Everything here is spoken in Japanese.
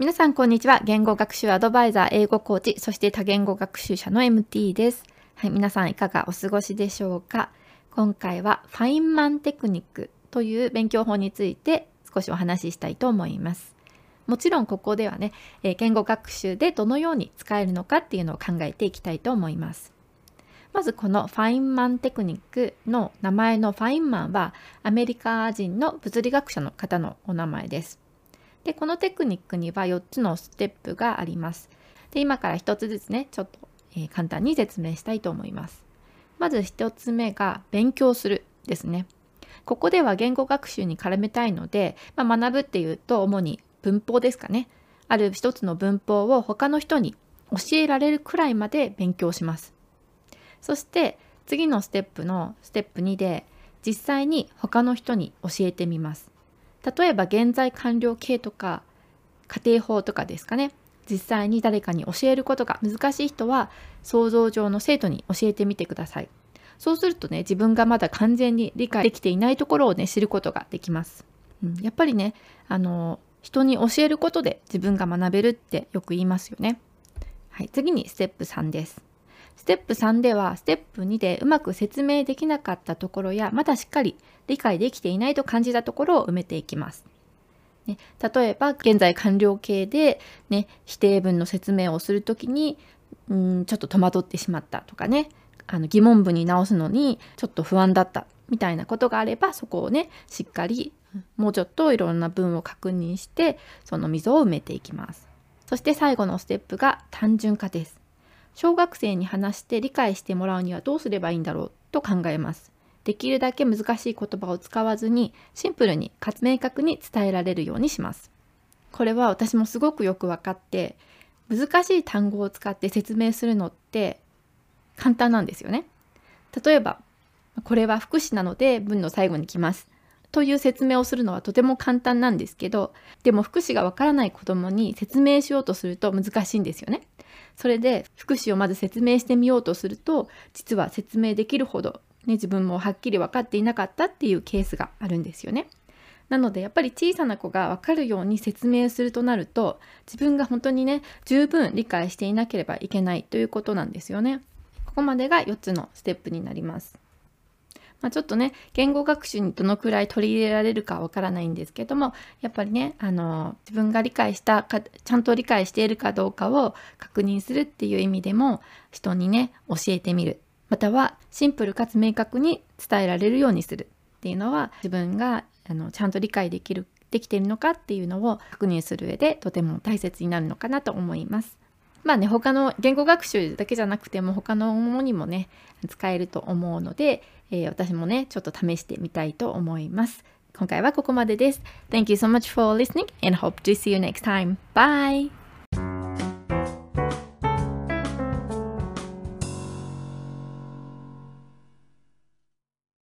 皆さんこんにちは。言語学習アドバイザー、英語コーチ、そして多言語学習者の MT です。はい、皆さんいかがお過ごしでしょうか。今回はファインマンテクニックという勉強法について少しお話ししたいと思います。もちろんここではね、言語学習でどのように使えるのかっていうのを考えていきたいと思います。まずこのファインマンテクニックの名前のファインマンはアメリカ人の物理学者の方のお名前です。で、このテクニックには4つのステップがあります。で、今から1つずつね、ちょっと、簡単に説明したいと思います。まず1つ目が勉強するですね。ここでは言語学習に絡めたいので、学ぶっていうと主に文法ですかね。ある一つの文法を他の人に教えられるくらいまで勉強します。そして次のステップのステップ2で実際に他の人に教えてみます。例えば現在完了形とか家庭法とかですかね。実際に誰かに教えることが難しい人は想像上の生徒に教えてみてください。そうするとね、自分がまだ完全に理解できていないところをね、知ることができます。やっぱりね、人に教えることで自分が学べるってよく言いますよね。はい、次にステップ3です。ステップ3ではステップ2でうまく説明できなかったところやまだしっかり理解できていないと感じたところを埋めていきます。ね、例えば現在完了形で、ね、否定文の説明をするときにちょっと戸惑ってしまったとかね、疑問文に直すのにちょっと不安だったみたいなことがあれば、そこをねしっかりもうちょっといろんな文を確認してその溝を埋めていきます。そして最後のステップが単純化です。小学生に話して理解してもらうにはどうすればいいんだろうと考えます。できるだけ難しい言葉を使わずにシンプルに明確に伝えられるようにします。これは私もすごくよく分かって、難しい単語を使って説明するのって簡単なんですよね。例えば、これは福祉なので文の最後に来ますという説明をするのはとても簡単なんですけど、でも福祉がわからない子どもに説明しようとすると難しいんですよね。それで福祉をまず説明してみようとすると、実は説明できるほど、自分もはっきり分かっていなかったっていうケースがあるんですよね。なのでやっぱり小さな子が分かるように説明するとなると、自分が本当にね十分理解していなければいけないということなんですよね。ここまでが4つのステップになります。ちょっとね、言語学習にどのくらい取り入れられるかわからないんですけども、やっぱりね、自分が理解したか、ちゃんと理解しているかどうかを確認するっていう意味でも、人にね、教えてみる。または、シンプルかつ明確に伝えられるようにするっていうのは、自分がちゃんと理解できているのかっていうのを確認する上で、とても大切になるのかなと思います。他の言語学習だけじゃなくても他のものにもね使えると思うので、私もねちょっと試してみたいと思います。今回はここまでです。Thank you so much for listening and hope to see you next time. Bye!